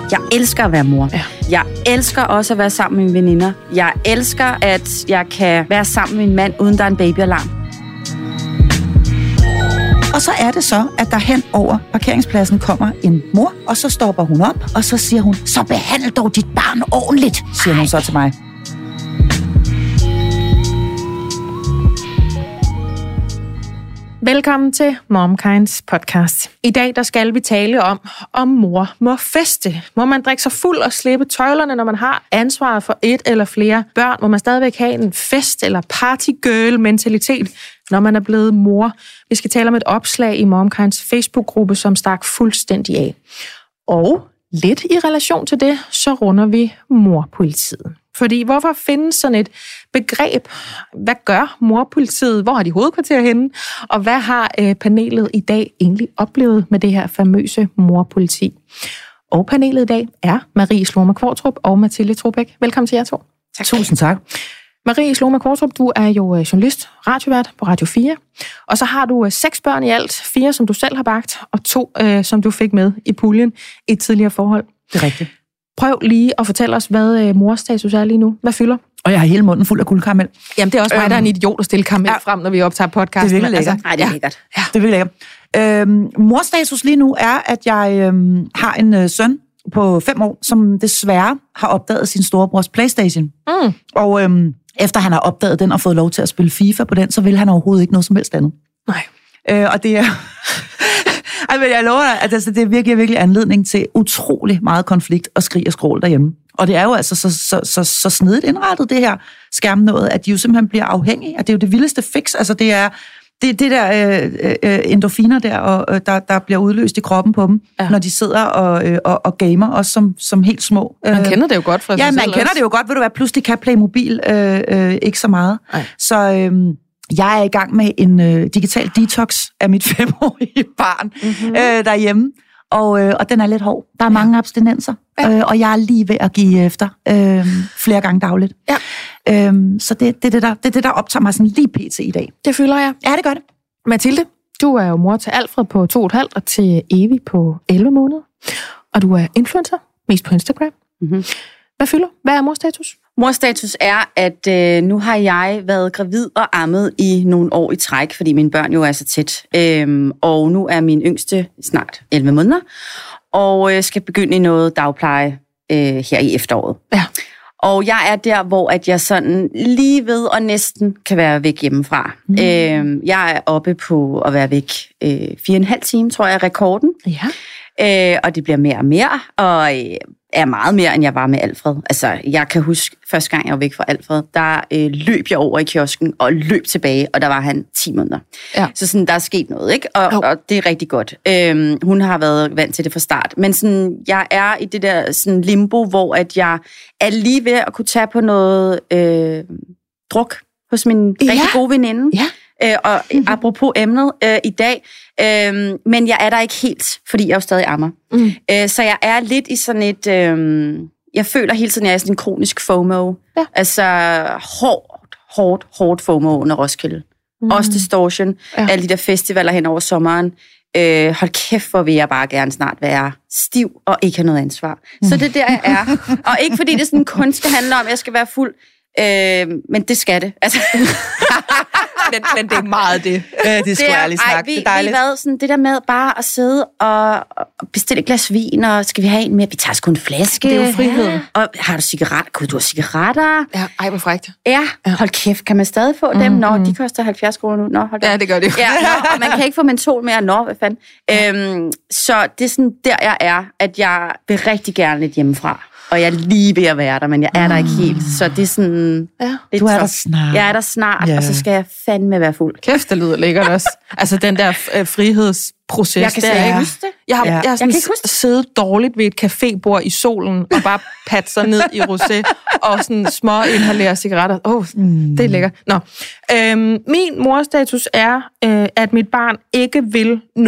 Jeg elsker at være mor. Ja. Jeg elsker også at være sammen med mine veninder. Jeg elsker, at jeg kan være sammen med min mand, uden der er en babyalarm. Og så er det så, at der hen over parkeringspladsen kommer en mor, og så stopper hun op, og så siger hun, så behandle dog dit barn ordentligt, siger hun så til mig. Velkommen til MomKinds podcast. I dag der skal vi tale om mor må feste. Må man drikke sig fuld og slippe tøjlerne, når man har ansvaret for et eller flere børn? Må man stadigvæk have en fest- eller partygirl-mentalitet, når man er blevet mor? Vi skal tale om et opslag i MomKinds Facebook-gruppe, som stak fuldstændig af. Og lidt i relation til det, så runder vi morpolitiet. Fordi hvorfor findes sådan et begreb? Hvad gør morpolitiet? Hvor har de hovedkvarter henne? Og hvad har panelet i dag egentlig oplevet med det her famøse morpoliti? Og panelet i dag er Marie Sloma Kvartrup og Mathilde Trobæk. Velkommen til jer to. Tak. Tusind tak. Marie Sloma Kvartrup, du er jo journalist, radiovært på Radio 4. Og så har du 6 børn i alt. 4, som du selv har bagt, og 2, som du fik med i puljen i et tidligere forhold. Det er rigtigt. Prøv lige at fortælle os, hvad morstatus er lige nu. Hvad fylder? Og jeg har hele munden fuld af guldkaramel. Jamen, det er også mig, der er en idiot at stille karamel frem, når vi optager podcasten. Det er virkelig lækkert. Nej, det er lækkert. Ja. Det er virkelig lækkert. Morstatus lige nu er, at jeg har en søn på 5 år, som desværre har opdaget sin storebrors PlayStation. Mm. Og efter han har opdaget den og fået lov til at spille FIFA på den, så vil han overhovedet ikke noget som helst andet. Nej. Og det er... Altså, jeg lover dig, at det er virkelig anledning til utrolig meget konflikt og skrig og skrål derhjemme. Og det er jo altså så snedigt indrettet, det her skærmnåde, at de jo simpelthen bliver afhængige. Og det er jo det vildeste fix. Altså, det er det der endorfiner der, og der bliver udløst i kroppen på dem, når de sidder og gamer, også som helt små. Man kender det jo godt fra sig selv. Ja, man kender det jo godt, ved du hvad, pludselig kan Playmobil ikke så meget. Ej. Så... jeg er i gang med en digital detox af mit 5-årige barn derhjemme, og den er lidt hård. Der er mange abstinenser, og jeg er lige ved at give efter flere gange dagligt. Ja. Så det er det, der optager mig sådan lige pt. I dag. Det fylder jeg. Ja, det gør det. Mathilde, du er jo mor til Alfred på 2,5 og til Evi på 11 måneder. Og du er influencer, mest på Instagram. Mm-hmm. Hvad fylder? Hvad er morstatus? Morstatus er, at nu har jeg været gravid og ammet i nogle år i træk, fordi mine børn jo er så tæt. Og nu er min yngste snart 11 måneder, og skal begynde i noget dagpleje her i efteråret. Ja. Og jeg er der, hvor at jeg sådan lige ved og næsten kan være væk hjemmefra. Mm. Jeg er oppe på at være væk 4,5 timer, tror jeg, er rekorden. Ja. Og det bliver mere og mere, og er meget mere, end jeg var med Alfred. Altså, jeg kan huske, første gang jeg var væk fra Alfred, der løb jeg over i kiosken og løb tilbage, og der var han 10 måneder. Ja. Så sådan, der er sket noget, ikke? Og det er rigtig godt. Hun har været vant til det fra start. Men sådan, jeg er i det der sådan limbo, hvor at jeg er lige ved at kunne tage på noget druk hos min rigtig gode veninde. Ja. Og apropos emnet i dag, men jeg er der ikke helt, fordi jeg jo stadig ammer. Mm. Så jeg er lidt i sådan et... jeg føler hele tiden, at jeg er sådan en kronisk FOMO. Ja. Altså hårdt FOMO under Roskilde. Også Distortion, alle de der festivaler hen over sommeren. Hold kæft, hvor vil jeg bare gerne snart være stiv og ikke have noget ansvar. Så det er der, jeg er. Og ikke fordi det sådan kun skal handle om, at jeg skal være fuld, men det skal det. Altså... men det er meget det. Det skal jeg ærligt snakke. Det er dejligt. Sådan, det der med bare at sidde og bestille et glas vin, og skal vi have en mere? Vi tager sgu en flaske. Det er jo friheden. Ja. Og har du cigaretter? Kunne du have cigaretter? Ja, ej, hvor frækt. Ja, hold kæft, kan man stadig få dem? Nå, de koster 70 kroner nu. Nå, hold da. Ja, det gør det jo. Ja, og man kan ikke få mentol mere. Nå, hvad fanden. Så det er sådan der, jeg er, at jeg vil rigtig gerne lidt hjemmefra. Og jeg er lige ved at være der, men jeg er der ikke helt. Så det er sådan... Ja. Du er der snart. Jeg er der snart, og så skal jeg fandme være fuld. Kæft, det lyder lækkert også. Altså den der frihedsproces. Jeg kan slet ikke huske det. Jeg har sådan siddet dårligt ved et cafébord i solen, og bare pat sig ned i rosé, og sådan små inhalere cigaretter. Det er lækkert. Nå. Min morstatus er, at mit barn ikke vil noget.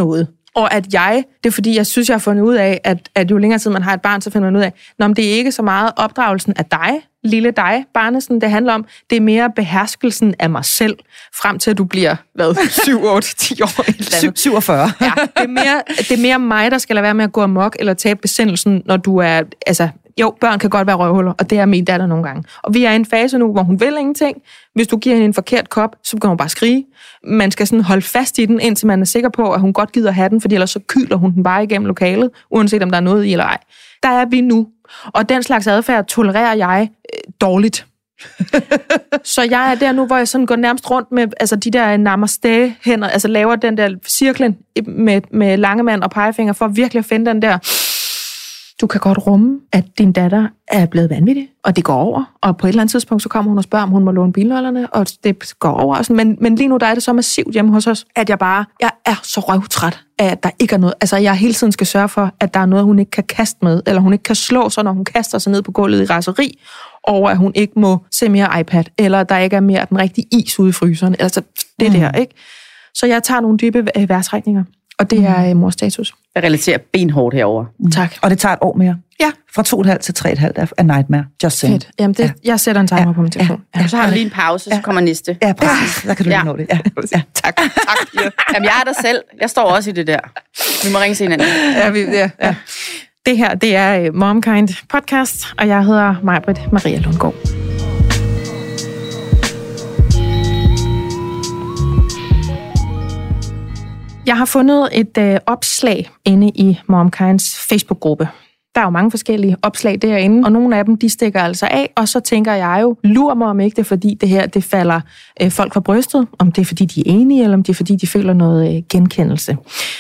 Og at det er fordi, jeg synes, jeg har fundet ud af, at jo længere tid man har et barn, så finder man ud af, men det er ikke så meget opdragelsen af dig, lille dig, Barnesen, det handler om, det er mere beherskelsen af mig selv, frem til at du bliver, 7, 8, 10 år? 47. Ja, det er mere mig, der skal lade være med at gå amok, eller tabe besindelsen, når du er, jo, børn kan godt være røvhuller, og det er min datter nogle gange. Og vi er i en fase nu, hvor hun vil ingenting. Hvis du giver hende en forkert kop, så kan hun bare skrige. Man skal sådan holde fast i den, indtil man er sikker på, at hun godt gider have den, fordi ellers så kyler hun den bare igennem lokalet, uanset om der er noget i eller ej. Der er vi nu. Og den slags adfærd tolererer jeg dårligt. Så jeg er der nu, hvor jeg sådan går nærmest rundt med de der namaste-hænder, laver den der cirklen med lange mand og pegefinger, for virkelig at finde den der... Du kan godt rumme, at din datter er blevet vanvittig, og det går over. Og på et eller andet tidspunkt, så kommer hun og spørger, om hun må låne bilnøglerne, og det går over. Men lige nu, der er det så massivt hjemme hos os, at jeg er så røvtræt af, at der ikke er noget. Jeg hele tiden skal sørge for, at der er noget, hun ikke kan kaste med, eller hun ikke kan slå sig, når hun kaster sig ned på gulvet i raseri, over at hun ikke må se mere iPad, eller der ikke er mere den rigtige is ude i fryseren. Altså, det der, ikke? Så jeg tager nogle dybe værtsretninger, og det er morstatus. Jeg relaterer benhårdt herover. Tak. Og det tager et år mere. Ja. Fra 2,5 til 3,5 er nightmare. Just saying. Fedt. Jamen, jeg sætter en timer på min telefon. Ja. Så har vi lige en pause, så kommer næste. Ja, præcis. Så kan du lige nå det. Ja. Tak. Ja. Jamen, jeg er der selv. Jeg står også i det der. Vi må ringe til hinanden. Ja. Det her, det er Momkind podcast, og jeg hedder Maj-Britt Maria Lundgaard. Jeg har fundet et opslag inde i Momkinds Facebook-gruppe. Der er jo mange forskellige opslag derinde, og nogle af dem, de stikker altså af, og så tænker jeg jo, lurer mig om ikke det er, fordi det her, det falder folk fra brystet, om det er, fordi de er enige, eller om det er, fordi de føler noget genkendelse.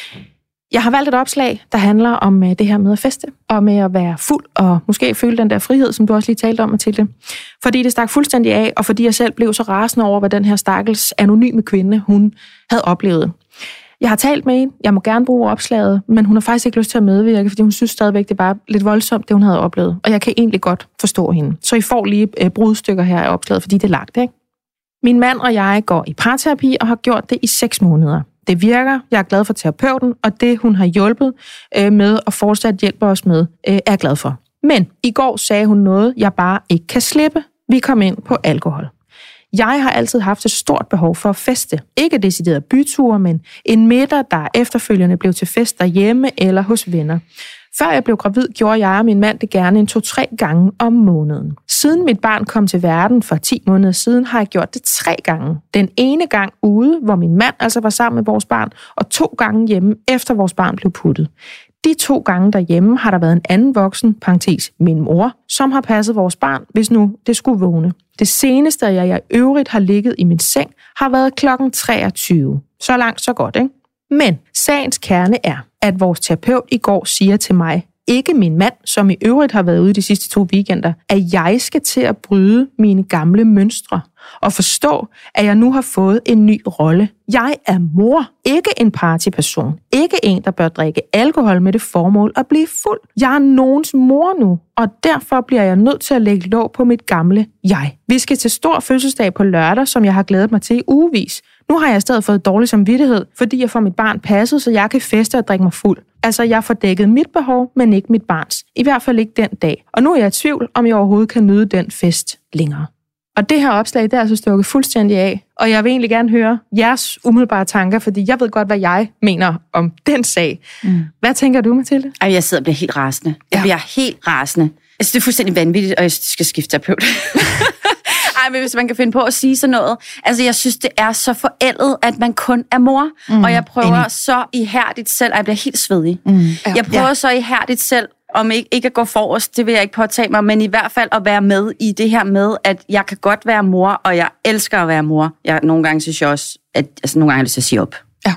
Jeg har valgt et opslag, der handler om det her med at feste, og med at være fuld, og måske føle den der frihed, som du også lige talte om, Mathilde. Fordi det stak fuldstændig af, og fordi jeg selv blev så rasende over, hvad den her stakkels anonyme kvinde, hun havde oplevet. Jeg har talt med hende, jeg må gerne bruge opslaget, men hun har faktisk ikke lyst til at medvirke, fordi hun synes stadigvæk, det er bare lidt voldsomt, det hun havde oplevet. Og jeg kan egentlig godt forstå hende. Så I får lige brudstykker her af opslaget, fordi det er lagt, ikke? Min mand og jeg går i parterapi og har gjort det i 6 måneder. Det virker, jeg er glad for terapeuten, og det hun har hjulpet med og fortsat hjælper os med, er jeg glad for. Men i går sagde hun noget, jeg bare ikke kan slippe. Vi kom ind på alkohol. Jeg har altid haft et stort behov for at feste. Ikke decideret byture, men en middag, der efterfølgende blev til fest derhjemme eller hos venner. Før jeg blev gravid, gjorde jeg og min mand det gerne 2-3 gange om måneden. Siden mit barn kom til verden for 10 måneder siden, har jeg gjort det 3 gange. Den ene gang ude, hvor min mand altså var sammen med vores barn, og 2 gange hjemme, efter vores barn blev puttet. De 2 gange derhjemme har der været en anden voksen, parentes min mor, som har passet vores barn, hvis nu det skulle vågne. Det seneste, jeg i øvrigt har ligget i min seng, har været klokken 23. Så langt, så godt, ikke? Men sagens kerne er, at vores terapeut i går siger til mig, ikke min mand, som i øvrigt har været ude de sidste 2 weekender, at jeg skal til at bryde mine gamle mønstre og forstå, at jeg nu har fået en ny rolle. Jeg er mor, ikke en partyperson, ikke en, der bør drikke alkohol med det formål at blive fuld. Jeg er nogens mor nu, og derfor bliver jeg nødt til at lægge låg på mit gamle jeg. Vi skal til stor fødselsdag på lørdag, som jeg har glædet mig til i ugevis. Nu har jeg i stedet fået dårlig samvittighed, fordi jeg får mit barn passet, så jeg kan feste og drikke mig fuld. Altså, jeg får dækket mit behov, men ikke mit barns. I hvert fald ikke den dag. Og nu er jeg i tvivl, om jeg overhovedet kan nyde den fest længere. Og det her opslag, det er altså stukket fuldstændig af. Og jeg vil egentlig gerne høre jeres umiddelbare tanker, fordi jeg ved godt, hvad jeg mener om den sag. Hvad tænker du, Mathilde? Jeg sidder og bliver helt rasende. Jeg bliver helt rasende. Jeg synes, det er fuldstændig vanvittigt, og jeg skal skifte terapeut. Men hvis man kan finde på at sige sådan noget. Altså, jeg synes, det er så forældet, at man kun er mor. Og jeg prøver så ihærdigt selv, og jeg bliver helt svedig. Jeg prøver så ihærdigt selv, om ikke at gå forrest, det vil jeg ikke påtage mig, men i hvert fald at være med i det her med, at jeg kan godt være mor, og jeg elsker at være mor. Nogle gange synes jeg også, at nogle gange har jeg lyst til at sige op.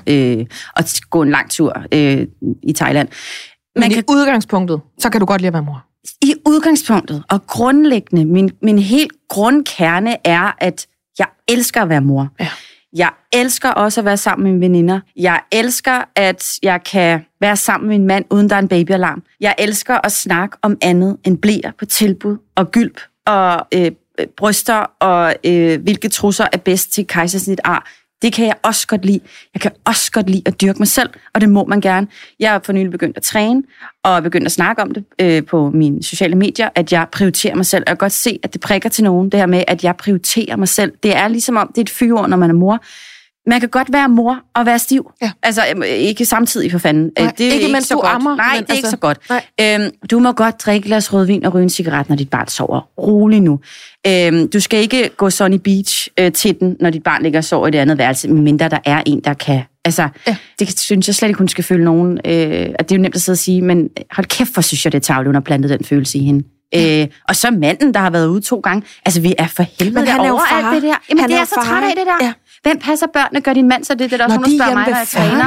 Og gå en lang tur i Thailand. Men i udgangspunktet, så kan du godt lide at være mor. I udgangspunktet og grundlæggende, min helt grundkerne er, at jeg elsker at være mor. Ja. Jeg elsker også at være sammen med mine veninder. Jeg elsker, at jeg kan være sammen med min mand, uden der er en babyalarm. Jeg elsker at snakke om andet end bleer på tilbud og gylp og bryster og hvilke trusser er bedst til kejsersnit ar. Det kan jeg også godt lide. Jeg kan også godt lide at dyrke mig selv, og det må man gerne. Jeg har for nylig begyndt at træne, og begyndt at snakke om det på mine sociale medier, at jeg prioriterer mig selv. Jeg kan godt se, at det prikker til nogen, det her med, at jeg prioriterer mig selv. Det er ligesom om, det er et fyord, når man er mor. Man kan godt være mor og være stiv. Ja. Altså, ikke samtidig for fanden. Nej, det er ikke mens så du godt. ammer. Nej, det er ikke så godt. Du må godt drikke glas rødvin og ryge en cigaret, når dit barn sover. Rolig nu. Du skal ikke gå Sunny Beach til den, når dit barn ligger og sover i det andet værelse, medmindre der er en, der kan. Altså, det synes jeg slet ikke, hun skal føle nogen. At det er jo nemt at sidde og sige, men hold kæft, hvor synes jeg, det er tarveligt, hun har plantet den følelse i hende. Og så manden, der har været ude 2 gange. Altså, vi er for helvede over alt det der. Jamen, det er så træt af det der. Ja. Hvem passer børnene? Gør din mand så det? Det er også nogen, der spørger mig, når jeg træner.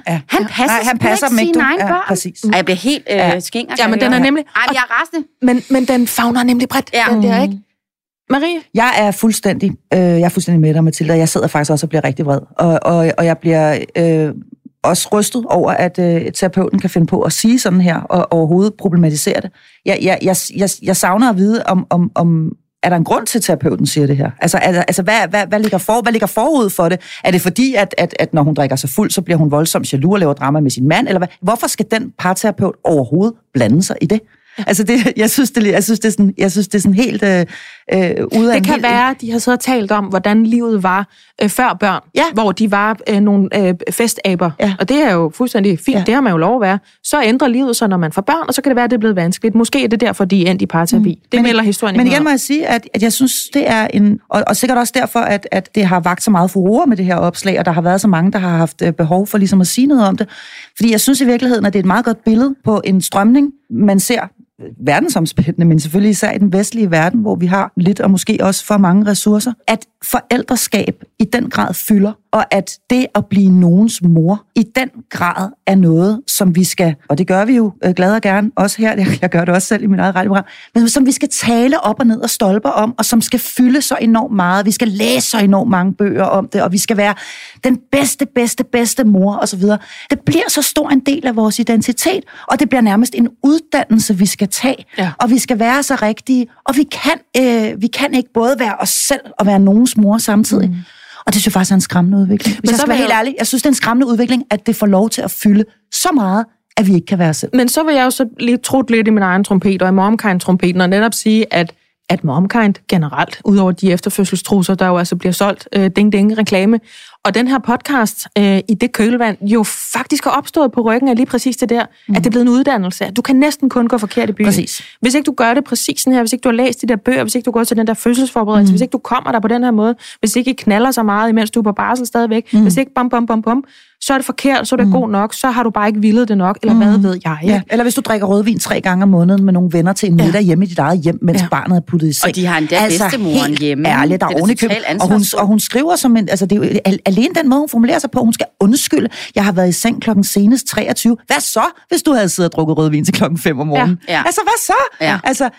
Han passer dem ikke sine egne børn. Præcis. Ej, jeg bliver helt skæng. Ja, men den er nemlig... Ej, jeg er rasende. Men den favner nemlig bredt, den der, ikke? Marie? Jeg er fuldstændig med dig, Mathilde, og jeg sidder faktisk også og bliver rigtig vred. Og jeg bliver også rystet over, at terapeuten kan finde på at sige sådan her, og overhovedet problematisere det. Jeg savner at vide, om er der en grund til, at terapeuten siger det her? Altså hvad ligger forud for det? Er det fordi, at når hun drikker sig fuld, så bliver hun voldsomt jaloux og laver drama med sin mand? Eller hvad? Hvorfor skal den parterapeut overhovedet blande sig i det? Altså jeg synes det er sådan helt ude af. Det kan være, at de har siddet og talt om, hvordan livet var før børn, hvor de var nogle festaber. Ja. Og det er jo fuldstændig fint, det har man jo lov at være. Så ændrer livet sig, når man får børn, og så kan det være, at det er blevet vanskeligt. Måske er det derfor, de er endt i parterapi. Det melder historien. Men igen må jeg sige, at jeg synes, det er og sikkert også derfor, at det har vakt så meget furore med det her opslag, og der har været så mange, der har haft behov for ligesom at sige noget om det. Fordi jeg synes i virkeligheden, at det er et meget godt billede på en strømning, man ser verdensomspændende, men selvfølgelig især i den vestlige verden, hvor vi har lidt og måske også for mange ressourcer, at forældreskab i den grad fylder, og at det at blive nogens mor i den grad er noget, som vi skal, og det gør vi jo glad og gerne, også her, jeg gør det også selv i mit eget radioprogram, men som vi skal tale op og ned og stolper om, og som skal fylde så enormt meget. Vi skal læse så enormt mange bøger om det, og vi skal være den bedste mor, og så videre. Det bliver så stor en del af vores identitet, og det bliver nærmest en uddannelse, vi skal tage, og vi skal være så rigtige, og vi kan ikke både være os selv og være nogens mor samtidig. Og det synes jeg faktisk er en skræmmende udvikling. Hvis jeg skal være helt ærlig, jeg synes, det er en skræmmende udvikling, at det får lov til at fylde så meget, at vi ikke kan være selv. Men så vil jeg jo så lige trutte lidt i min egen trompet, og i MomKind-trompeten, og netop sige, at MomKind generelt, udover de efterfødselstrusser, der jo altså bliver solgt ding-ding-reklame, og den her podcast i det kølvand jo faktisk har opstået på ryggen af lige præcis det der, at det er blevet en uddannelse. Du kan næsten kun gå forkert i byen. Præcis. Hvis ikke du gør det præcis sådan her, hvis ikke du har læst de der bøger, hvis ikke du går til den der fødselsforberedelse, hvis ikke du kommer der på den her måde, hvis ikke I knaller så meget, imens du er på barsel stadigvæk, hvis ikke bum, så er det forkert, så er det god nok, så har du bare ikke villet det nok, eller hvad ved jeg. Ja. Eller hvis du drikker rødvin 3 gange om måneden med nogle venner til en middag hjemme i dit eget hjem, mens barnet er puttet i seng. Og de har endda bedstemoren hjemme. Ærligt, der er ovenikøbet. Og hun skriver som en, altså det er jo alene den måde, hun formulerer sig på, hun skal undskylde. Jeg har været i seng klokken senest 23. Hvad så, hvis du havde siddet og drukket rødvin til klokken 5 om morgenen? Ja. Altså, hvad så? Ja. Altså,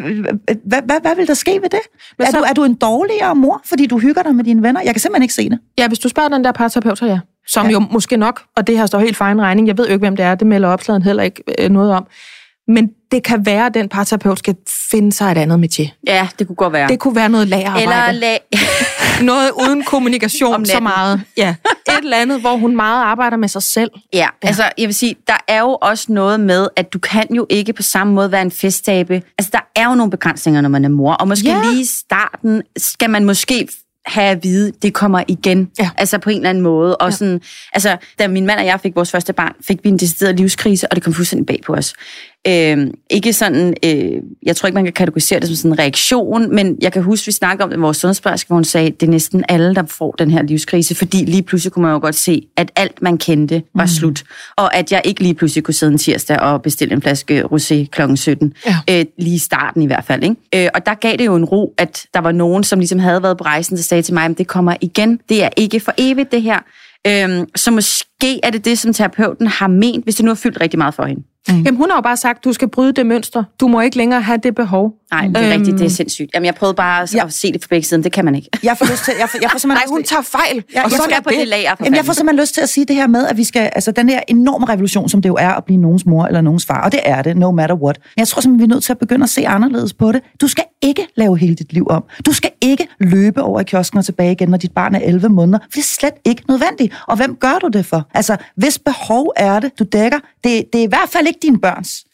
hvad vil der ske ved det? Er du en dårligere mor, fordi du hygger dig med dine venner? Jeg kan simpelthen ikke se det. Ja, hvis du spørger den der parterapeut, så som jo måske nok, og det her står helt for egen regning, jeg ved jo ikke, hvem det er, det melder opslaget heller ikke noget om. Men det kan være, at den parterapeut skal finde sig et andet métier. Ja, det kunne godt være. Det kunne være noget lagerarbejde. Eller noget uden kommunikation så meget. Ja, et eller andet, hvor hun meget arbejder med sig selv. Ja, altså jeg vil sige, der er jo også noget med, at du kan jo ikke på samme måde være en festabe. Altså der er jo nogle begrænsninger, når man er mor, og måske lige i starten skal man måske have at vide, det kommer igen. Ja. Altså på en eller anden måde. Og sådan, altså, da min mand og jeg fik vores første barn, fik vi en decideret livskrise, og det kom fuldstændig bag på os. Ikke sådan, jeg tror ikke, man kan kategorisere det som sådan en reaktion, men jeg kan huske, vi snakkede om det med vores sundhedsplejerske, hvor hun sagde, det er næsten alle, der får den her livskrise, fordi lige pludselig kunne man jo godt se, at alt, man kendte, var slut. Og at jeg ikke lige pludselig kunne sidde en tirsdag og bestille en flaske rosé kl. 17. Lige i starten i hvert fald. Ikke? Og der gav det jo en ro, at der var nogen, som ligesom havde været på rejsen, der sagde til mig, at det kommer igen. Det er ikke for evigt, det her. Så måske måske er det, som terapeuten har ment, hvis det nu har fyldt rigtig meget for hende. Jamen, hun har jo bare sagt, du skal bryde det mønster. Du må ikke længere have det behov. Nej, det er rigtigt, det er sindssygt. Jamen, jeg prøvede bare at se det fra begge sider, det kan man ikke. Jeg får lyst til... Nej, hun tager fejl. Og så skal på det lager. Jamen, jeg får simpelthen lyst til at sige det her med, at vi skal... Altså, den her enorme revolution, som det jo er at blive nogens mor eller nogens far, og det er det, no matter what. Men jeg tror simpelthen, vi er nødt til at begynde at se anderledes på det. Du skal ikke lave hele dit liv om. Du skal ikke løbe over i kiosken og tilbage igen, når dit barn er 11 måneder. For det er slet ikke nødvendigt. Og hvem gør du det for? Altså, hvis behov er det, du dækker, det er i hvert fald ikke dine børns.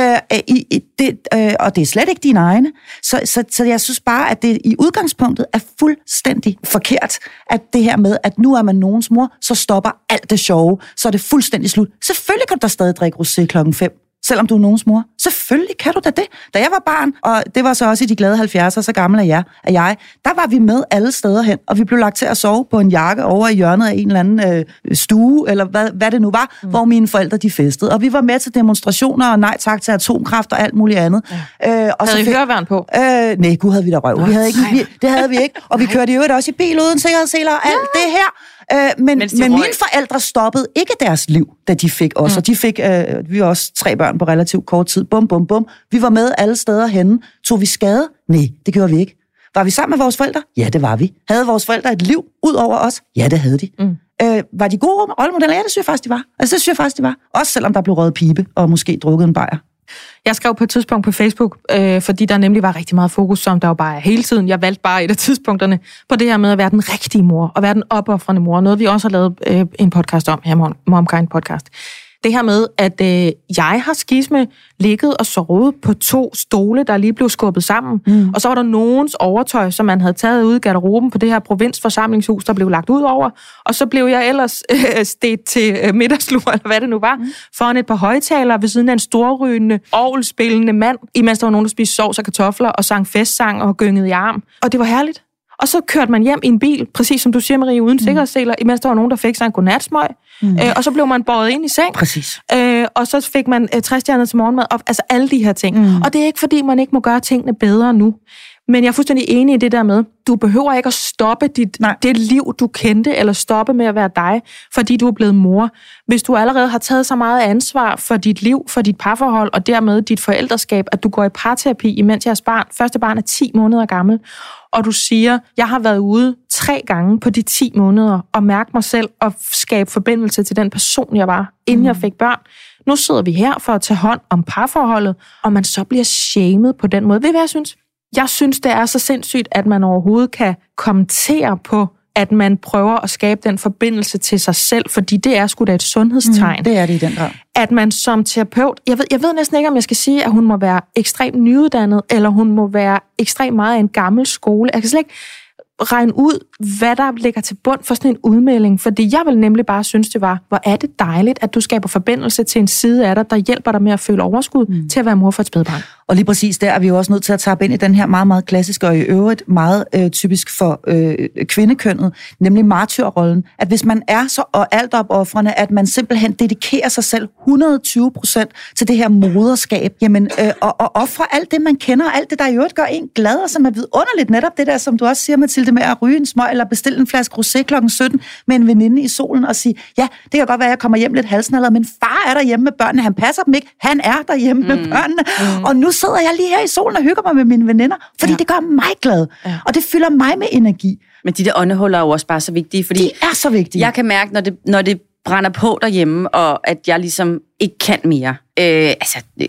Og det er slet ikke dine egne. Så jeg synes bare, at det i udgangspunktet er fuldstændig forkert, at det her med, at nu er man nogens mor, så stopper alt det sjove, så er det fuldstændig slut. Selvfølgelig kan du da stadig drikke rosé 5:00. Selvom du er nogens mor. Selvfølgelig kan du da det. Da jeg var barn, og det var så også i de glade 70'er, så gammel er jeg, der var vi med alle steder hen, og vi blev lagt til at sove på en jakke over i hjørnet af en eller anden stue, eller hvad det nu var, hvor mine forældre de festede. Og vi var med til demonstrationer, og nej tak til atomkraft og alt muligt andet. Ja. Havde I høreværn på? Nej, gud havde vi da røv. Det havde vi ikke. Og vi kørte jo også i bil uden sikkerhedsseler og alt det her. Men mine forældre stoppede ikke deres liv, da de fik os. Og de fik, vi var også 3 børn på relativt kort tid. Bum, bum, bum. Vi var med alle steder henne. Tog vi skade? Nej, det gjorde vi ikke. Var vi sammen med vores forældre? Ja, det var vi. Havde vores forældre et liv ud over os? Ja, det havde de. Var de gode rollemodeller? Ja, det synes jeg faktisk, de var. Altså, det synes jeg faktisk, de var. Også selvom der blev røget pibe og måske drukket en bajer. Jeg skrev på et tidspunkt på Facebook, fordi der nemlig var rigtig meget fokus, som der jo bare er hele tiden. Jeg valgte bare et af tidspunkterne på det her med at være den rigtige mor, og være den opofrende mor. Noget, vi også har lavet en podcast om her, Momkind Podcast. Det her med, at jeg har skisme ligget og sovet på 2 stole, der lige blev skubbet sammen. Og så var der nogens overtøj, som man havde taget ud i garderoben på det her provinsforsamlingshus, der blev lagt ud over. Og så blev jeg ellers stedt til middagslur, eller hvad det nu var, foran et par højtalere ved siden af en storrygende, orgelspillende mand, imens der var nogen, der spiste sovs og kartofler og sang festsang og gyngede i arm. Og det var herligt. Og så kørte man hjem i en bil, præcis som du siger, Marie, uden sikkerhedsseler, imens der var nogen, der fik sig en godnatsmøg. Og så blev man båret ind i seng. Præcis. Og så fik man 60 stjerner til morgenmad. Altså alle de her ting. Og det er ikke, fordi man ikke må gøre tingene bedre nu. Men jeg er fuldstændig enig i det der med, du behøver ikke at stoppe det liv, du kendte, eller stoppe med at være dig, fordi du er blevet mor. Hvis du allerede har taget så meget ansvar for dit liv, for dit parforhold, og dermed dit forældreskab, at du går i parterapi, imens jeres første barn er 10 måneder gammel, og du siger, jeg har været ude 3 gange på de 10 måneder, og mærke mig selv, og skabe forbindelse til den person, jeg var, inden jeg fik børn. Nu sidder vi her for at tage hånd om parforholdet, og man så bliver shamed på den måde. Ved I, hvad jeg synes? Jeg synes, det er så sindssygt, at man overhovedet kan kommentere på, at man prøver at skabe den forbindelse til sig selv, fordi det er sgu da et sundhedstegn. Det er det i den grad. At man som terapeut, jeg ved næsten ikke, om jeg skal sige, at hun må være ekstremt nyuddannet, eller hun må være ekstremt meget af en gammel skole. Jeg kan slet ikke regne ud, hvad der ligger til bund for sådan en udmelding, fordi jeg vil nemlig bare synes, det var, hvor er det dejligt, at du skaber forbindelse til en side af dig, der hjælper dig med at føle overskud til at være mor for et spædbarn. Og lige præcis der er vi jo også nødt til at tappe ind i den her meget, meget klassiske og i øvrigt meget typisk for kvindekønnet, nemlig martyrrollen. At hvis man er så altopoffrende, at man simpelthen dedikerer sig selv 120% til det her moderskab, jamen, og offrer alt det, man kender, og alt det, der i øvrigt gør en glad, og som er vidunderligt, netop det der, som du også siger, Mathilde, med at ryge en smøg, eller bestille en flaske rosé klokken 17 med en veninde i solen, og sige, ja, det kan godt være, at jeg kommer hjem lidt halsnallet, men far er derhjemme med børnene, han passer dem ikke, han er derhjemme med børnene, og nu sidder jeg lige her i solen og hygger mig med mine veninder, fordi det gør mig glad, og det fylder mig med energi. Men de der åndehuller er jo også bare så vigtige, fordi de er så vigtige. Jeg kan mærke, når det brænder på derhjemme, og at jeg ligesom ikke kan mere. Det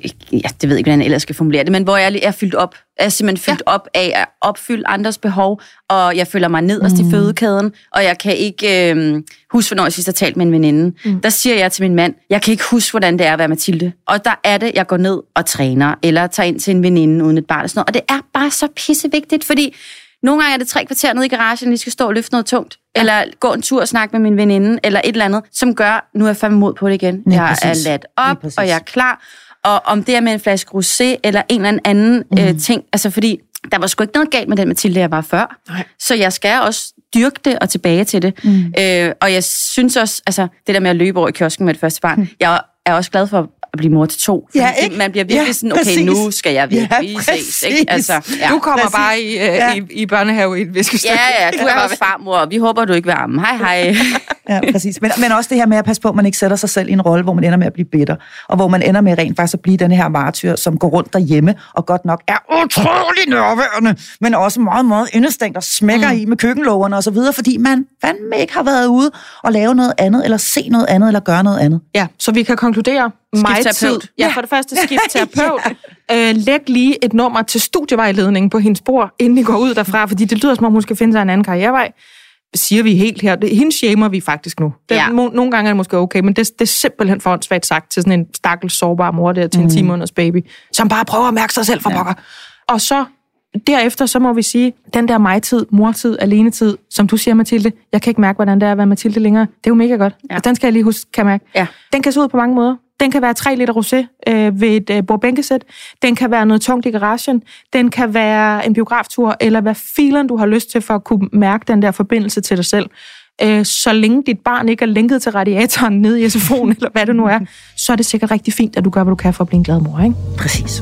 ved jeg ikke, hvordan jeg ellers skal formulere det, men hvor jeg er fyldt op. Jeg er simpelthen fyldt op af at opfylde andres behov, og jeg føler mig nederst i fødekæden, og jeg kan ikke huske, hvornår jeg sidst har talt med en veninde. Der siger jeg til min mand, jeg kan ikke huske, hvordan det er at være Mathilde. Og der er det, jeg går ned og træner, eller tager ind til en veninde uden et barn og sådan noget. Og det er bare så pissevigtigt, fordi nogle gange er det 3 kvarter nede i garagen, lige skal stå og løfte noget tungt, eller gå en tur og snakke med min veninde, eller et eller andet, som gør, nu er jeg fandme mod på det igen. Jeg er ladt op, og jeg er klar. Og om det er med en flaske rosé, eller en eller anden ting, altså fordi der var sgu ikke noget galt med den Mathilde, jeg var før. Nej. Så jeg skal også dyrke det og tilbage til det. Og jeg synes også, altså det der med at løbe over i kiosken med det første barn, jeg er også glad for at blive mor til 2. Ja, man bliver virkelig sådan, okay, nu skal jeg virkelig ses. Ikke? Altså, du kommer bare i børnehave i et viskestøk. Ja, du er også farmor, og vi håber, du ikke vil amme. Hej. Ja, præcis. Men også det her med at passe på, at man ikke sætter sig selv i en rolle, hvor man ender med at blive bitter, og hvor man ender med rent faktisk at blive den her martyr, som går rundt derhjemme, og godt nok er utrolig nærværende, men også meget, meget indestængt og smækker i med køkkenlågerne og så videre, fordi man fandme ikke har været ude og lave noget andet, eller se noget andet, eller gøre noget andet. Ja, så vi kan konkludere mig tid. Ja, for det første skift-terapeut. Læg lige et nummer til studievejledningen på hendes bord, inden I går ud derfra, fordi det lyder som om, hun skal finde sig en anden karrierevej. Siger vi helt her. Hende shamer vi faktisk nu. Nogle gange er det måske okay, men det er simpelthen for åndssvagt sagt til sådan en stakkels sårbar mor der til en 10 måneders baby, som bare prøver at mærke sig selv for pokker. Og så derefter, så må vi sige, den der mig-tid, mortid, alenetid, som du siger, Mathilde, jeg kan ikke mærke, hvordan det er at være Mathilde længere. Det er jo mega godt. Ja. Den skal jeg lige huske, kan mærke. Ja. Den kan se ud på mange måder. Den kan være 3 liter rosé ved et bordbænkesæt. Den kan være noget tungt i garagen. Den kan være en biograftur, eller hvad filen du har lyst til for at kunne mærke den der forbindelse til dig selv. Så længe dit barn ikke er lænket til radiatoren nede i SFO'en, eller hvad det nu er, så er det sikkert rigtig fint, at du gør, hvad du kan for at blive en glad mor, ikke? Præcis.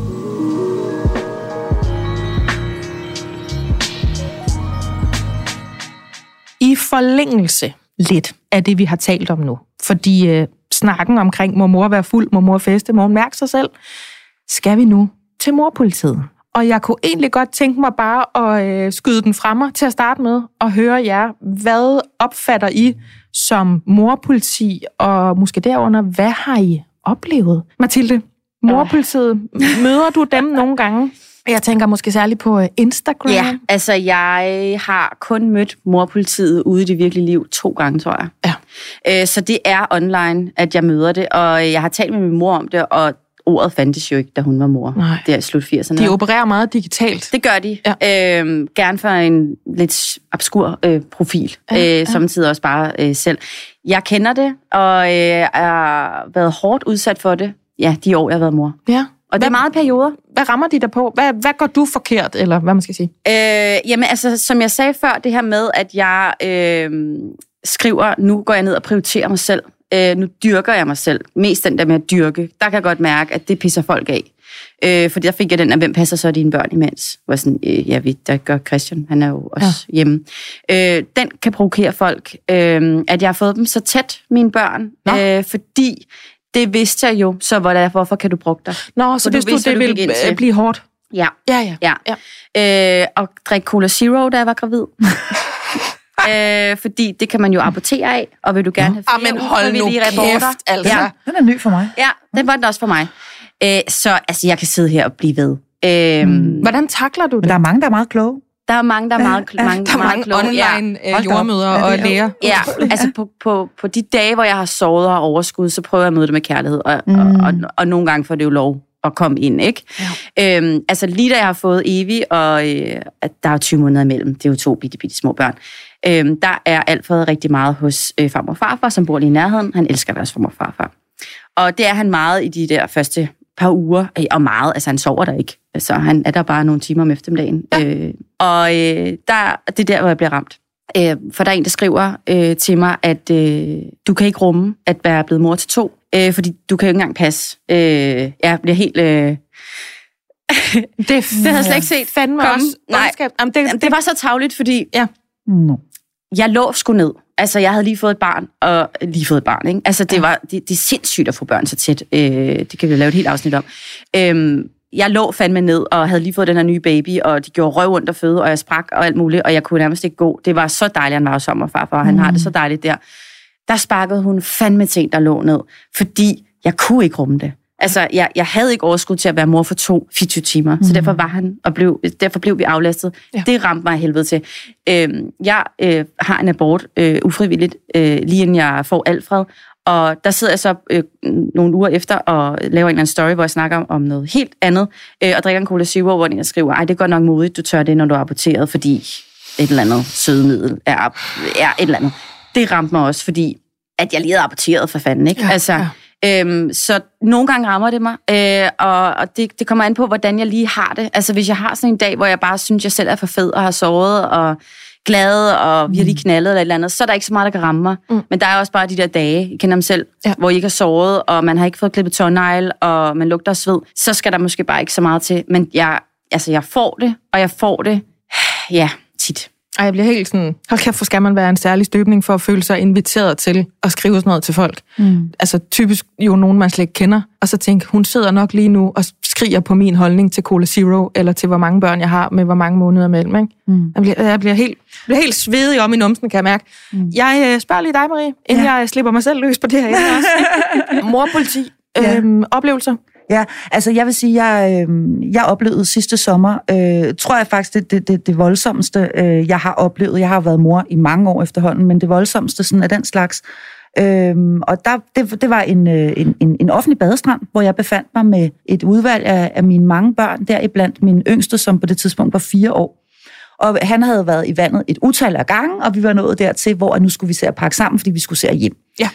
I forlængelse lidt af det, vi har talt om nu, fordi snakken omkring, må mor være fuld, må mor feste, må hun mærke sig selv, skal vi nu til morpolitiet. Og jeg kunne egentlig godt tænke mig bare at skyde den fra mig til at starte med, og høre jer, hvad opfatter I som morpoliti, og måske derunder, hvad har I oplevet? Mathilde, morpolitiet, møder du dem nogle gange? Jeg tænker måske særligt på Instagram. Ja, altså jeg har kun mødt morpolitiet ude i det virkelige liv 2 gange, tror jeg. Ja. Så det er online, at jeg møder det, og jeg har talt med min mor om det, og ordet fandtes jo ikke, da hun var mor. Nej. Det er i slut 80'erne. De opererer meget digitalt. Det gør de. Ja. Gerne for en lidt obskur profil. Samtidig også bare selv. Jeg kender det, og har været hårdt udsat for det, de år, jeg har været mor. Ja. Og det er meget perioder. Hvad rammer de der på? Hvad gør du forkert, eller hvad man skal sige? Jamen, altså, som jeg sagde før, det her med, at jeg skriver, nu går jeg ned og prioriterer mig selv. Nu dyrker jeg mig selv. Mest den der med at dyrke. Der kan jeg godt mærke, at det pisser folk af. Fordi der fik jeg den, at hvem passer så dine børn imens? Hvor sådan, der gør Christian, han er jo også hjemme. Den kan provokere folk, at jeg har fået dem så tæt, mine børn. Fordi det vidste jeg jo, så hvorfor kan du bruge dig? Nå, så hvis du det vil blive hårdt? Ja. Og drikke Cola Zero, da jeg var gravid. Fordi det kan man jo apportere af, og vil du gerne have flere men hold nu kæft, altså. Ja. Den er ny for mig. Ja, den var den også for mig. Så altså, jeg kan sidde her og blive ved. Hvordan takler du det? Men der er mange, der er meget kloge. Der er mange, der er meget kloge. Der er mange online jordmøder og læger. Ja, altså på de dage, hvor jeg har sovet og overskud, så prøver jeg at møde det med kærlighed, og nogle gange får det jo lov at komme ind, ikke? Ja. Altså lige da jeg har fået Evie, og der er 20 måneder imellem, det er jo 2 bitte små børn, der er Alfred rigtig meget hos farmor og farfar, som bor lige i nærheden. Han elsker deres farmor og farfar. Og det er han meget i de der første par uger, og meget, altså han sover der ikke. Så han er der bare nogle timer om eftermiddagen. Ja. Det er der, hvor jeg bliver ramt. For der er en, der skriver til mig, at du kan ikke rumme at være blevet mor til 2, fordi du kan jo ikke engang passe. Jeg bliver helt... det havde jeg slet ikke set fandme også. Nej, det var så tarveligt, fordi jeg lå sgu ned. Altså, jeg havde lige fået et barn, ikke? Altså, det er sindssygt at få børn så tæt. Det kan vi lave et helt afsnit om. Jeg lå fandme ned og havde lige fået den her nye baby, og de gjorde røv ondt at føde, og jeg sprak og alt muligt, og jeg kunne nærmest ikke gå. Det var så dejligt, han var som og farfar, og han har det så dejligt der. Der sparkede hun fandme ting, der lå ned, fordi jeg kunne ikke rumme det. Altså, jeg havde ikke overskud til at være mor for 24 timer, så derfor var han, og derfor blev vi aflastet. Ja. Det ramte mig helvede til. Jeg har en abort ufrivilligt, lige inden jeg får Alfred, og der sidder jeg så nogle uger efter og laver en eller anden story, hvor jeg snakker om noget helt andet, og drikker en Cola Zero, hvor jeg skriver, det er godt nok modigt, du tør det, når du er aborteret, fordi et eller andet sødemiddel er et eller andet. Det ramte mig også, fordi at jeg lige havde aborteret for fanden, ikke? Så nogle gange rammer det mig, og det kommer an på, hvordan jeg lige har det. Altså hvis jeg har sådan en dag, hvor jeg bare synes, jeg selv er for fed og har sovet og glad og virkelig knaldet eller et eller andet, så er der ikke så meget, der kan ramme mig. Men der er også bare de der dage, jeg kender dem selv, hvor I ikke har sovet, og man har ikke fået klippet tånegle, og man lugter af sved. Så skal der måske bare ikke så meget til. Men jeg får det, og jeg får det, tit. Jeg bliver helt sådan, hold kæft, hvor skal man være en særlig støbning for at føle sig inviteret til at skrive sådan noget til folk. Altså typisk jo nogen, man slet ikke kender, og så tænker, hun sidder nok lige nu og skriger på min holdning til Cola Zero, eller til hvor mange børn jeg har, med hvor mange måneder mellem. Ikke? Jeg bliver helt svedig om i numsen, kan jeg mærke. Jeg spørger lige dig, Marie, inden jeg slipper mig selv løs på det her emne også. Morpoliti, oplevelser. Ja, altså jeg vil sige, jeg oplevede sidste sommer, tror jeg faktisk, det voldsomste, jeg har oplevet. Jeg har været mor i mange år efterhånden, men det voldsomste sådan af den slags. Og det var en offentlig badestrand, hvor jeg befandt mig med et udvalg af mine mange børn, deriblandt min yngste, som på det tidspunkt var 4 år. Og han havde været i vandet et utal af gange, og vi var nået dertil, hvor nu skulle vi se at pakke sammen, fordi vi skulle se hjem. Ja.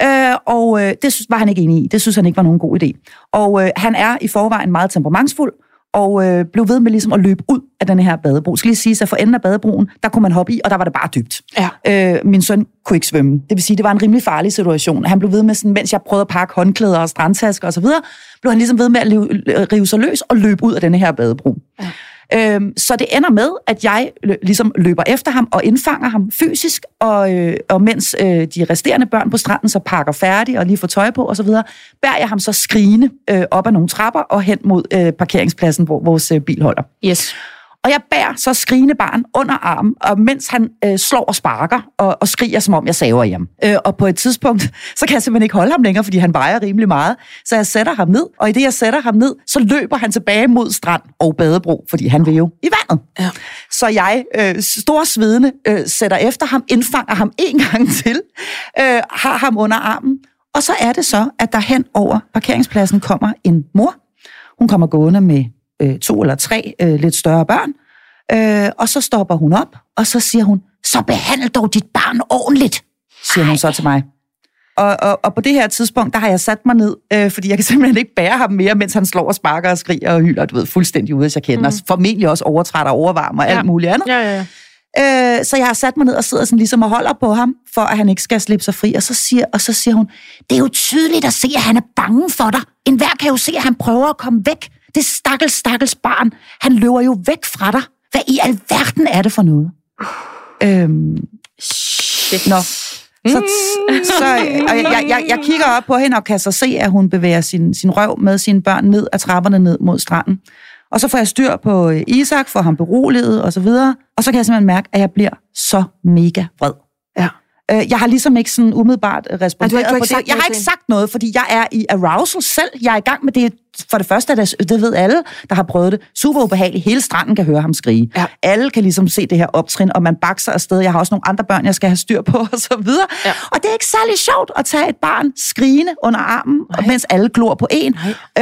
Det var han ikke enig i. Det synes han ikke var nogen god idé. Og han er i forvejen meget temperamentsfuld, og blev ved med ligesom at løbe ud af den her badebro. Skal lige sige, at for enden af badebroen, der kunne man hoppe i, og der var det bare dybt. Ja. Min søn kunne ikke svømme. Det vil sige, det var en rimelig farlig situation. Han blev ved med, sådan, mens jeg prøvede at pakke håndklæder og strandtasker osv., blev han ligesom ved med at rive sig løs og løbe ud af den her badebro. Ja. Så det ender med, at jeg ligesom løber efter ham og indfanger ham fysisk, og mens de resterende børn på stranden så pakker færdig og lige får tøj på osv., bærer jeg ham så skrigende op ad nogle trapper og hen mod parkeringspladsen, hvor vores bil holder. Yes. Og jeg bærer så skrigende barn under armen, og mens han slår og sparker og skriger, som om jeg saver i ham. Og på et tidspunkt, så kan jeg simpelthen ikke holde ham længere, fordi han vejer rimelig meget. Så jeg sætter ham ned, og i det jeg sætter ham ned, så løber han tilbage mod strand og badebro, fordi han vil jo i vandet. Ja. Så jeg, storsvedende, sætter efter ham, indfanger ham en gang til, har ham under armen, og så er det så, at der hen over parkeringspladsen kommer en mor. Hun kommer gående med 2 eller 3 lidt større børn, og så stopper hun op, og så siger hun, så behandle dog dit barn ordentligt, siger hun så til mig. Og på det her tidspunkt, der har jeg sat mig ned, fordi jeg kan simpelthen ikke bære ham mere, mens han slår og sparker og skriger og hylder, du ved, fuldstændig ude, hvis jeg kender. Formentlig også overtræt og overvarmer og alt muligt andet. Ja. Så jeg har sat mig ned og sidder sådan ligesom og holder på ham, for at han ikke skal slippe sig fri. Og så siger hun, det er jo tydeligt at se, at han er bange for dig. Enhver kan jo se, at han prøver at komme væk. Det stakkels barn, han løber jo væk fra dig. Hvad i alverden er det for noget? Shit. Nå. Jeg kigger op på hende og kan så se, at hun bevæger sin røv med sine børn ned ad trapperne ned mod stranden. Og så får jeg styr på Isak, får ham beroliget og så videre. Og så kan jeg simpelthen mærke, at jeg bliver så mega vred. Ja. Jeg har ligesom ikke sådan umiddelbart responderet på det. Jeg har ikke sagt noget, fordi jeg er i arousal selv. Jeg er i gang med det. For det første, det ved alle, der har prøvet det. Super ubehageligt. Hele stranden kan høre ham skrige. Ja. Alle kan ligesom se det her optrin, og man bakser afsted. Jeg har også nogle andre børn, jeg skal have styr på, og så videre. Ja. Og det er ikke særlig sjovt at tage et barn skrigende under armen, mens alle glor på en,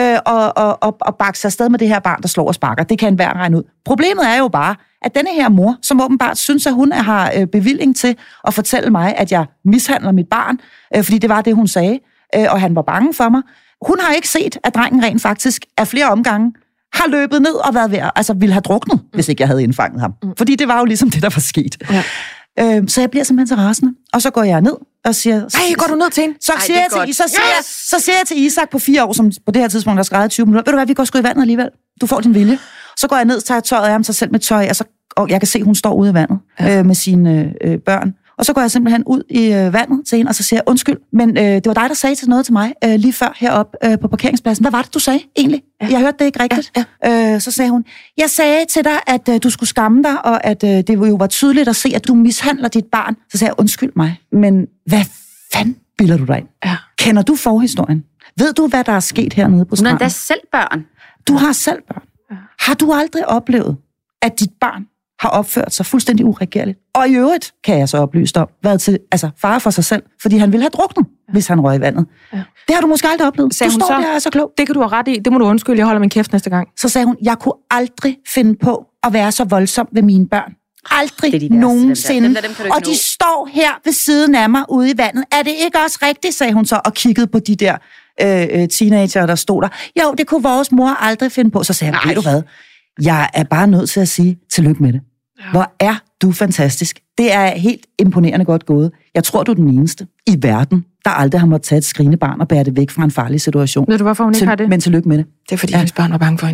og bakser afsted med det her barn, der slår og sparker. Det kan enhver regne ud. Problemet er jo bare, at denne her mor, som åbenbart synes, at hun har bevilling til at fortælle mig, at jeg mishandler mit barn, fordi det var det, hun sagde, og han var bange for mig. Hun har ikke set, at drengen rent faktisk af flere omgange har løbet ned og været ved, altså ville have druknet, hvis ikke jeg havde indfanget ham. Fordi det var jo ligesom det, der var sket. Ja. Så jeg bliver simpelthen så rasende. Og så går jeg ned og siger... Nej, går du ned til hende? Så siger jeg til Isak på 4 år, som på det her tidspunkt har skrevet 20 minutter, ved du hvad, vi går sgu i vandet alligevel. Du får din vilje. Så går jeg ned, tager tøjet af ham, sig selv med tøj, og jeg kan se, at hun står ude i vandet med sine børn. Og så går jeg simpelthen ud i vandet til hende, og så siger jeg, undskyld, men det var dig, der sagde til noget til mig lige før heroppe på parkeringspladsen. Hvad var det, du sagde egentlig? Ja. Jeg hørte det ikke rigtigt. Ja. Så sagde hun, jeg sagde til dig, at du skulle skamme dig, og at det jo var tydeligt at se, at du mishandler dit barn. Så sagde jeg, undskyld mig, men hvad fanden bilder du dig ind? Ja. Kender du forhistorien? Ved du, hvad der er sket hernede på stranden? Hun er da selv børn. Du har selv børn. Ja. Har du aldrig oplevet, at dit barn har opført sig fuldstændig uregerligt? Og i øvrigt, kan jeg så oplyse om, været til fare for sig selv, fordi han ville have druknet, hvis han røg i vandet. Ja. Det har du måske aldrig oplevet. Sagde du står så, der og er så klog. Det kan du have ret i. Det må du undskylde. Jeg holder min kæft næste gang. Så sagde hun, jeg kunne aldrig finde på at være så voldsom ved mine børn. Aldrig nogensinde. Dem og de står her ved siden af mig ude i vandet. Er det ikke også rigtigt, sagde hun så, og kiggede på de der teenager, der stod der. Jo, det kunne vores mor aldrig finde på. Så sagde jeg, ved du hvad? Jeg er bare nødt til at sige tillykke med det. Ja. Hvor er du fantastisk. Det er helt imponerende godt gået. Jeg tror, du er den eneste i verden, der aldrig har måttet tage et skrigende barn og bære det væk fra en farlig situation. Ved du, hvorfor hun ikke har det? Men tillykke med det. Det er, fordi hendes børn var bange for hende.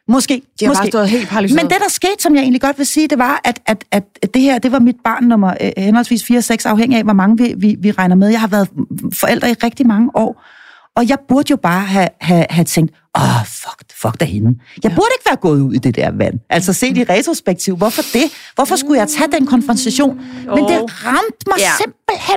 Måske. De har bare stået helt paralyseret. Men det, der skete, som jeg egentlig godt vil sige, det var, at det her, det var mit barn nummer henholdsvis 4 og 6, afhængig af, hvor mange vi regner med. Jeg har været forældre i rigtig mange år, og jeg burde jo bare have tænkt, fuck da hende. Jeg burde ikke være gået ud i det der vand. Altså set i retrospektiv. Hvorfor det? Hvorfor skulle jeg tage den konfrontation? Men det ramte mig simpelthen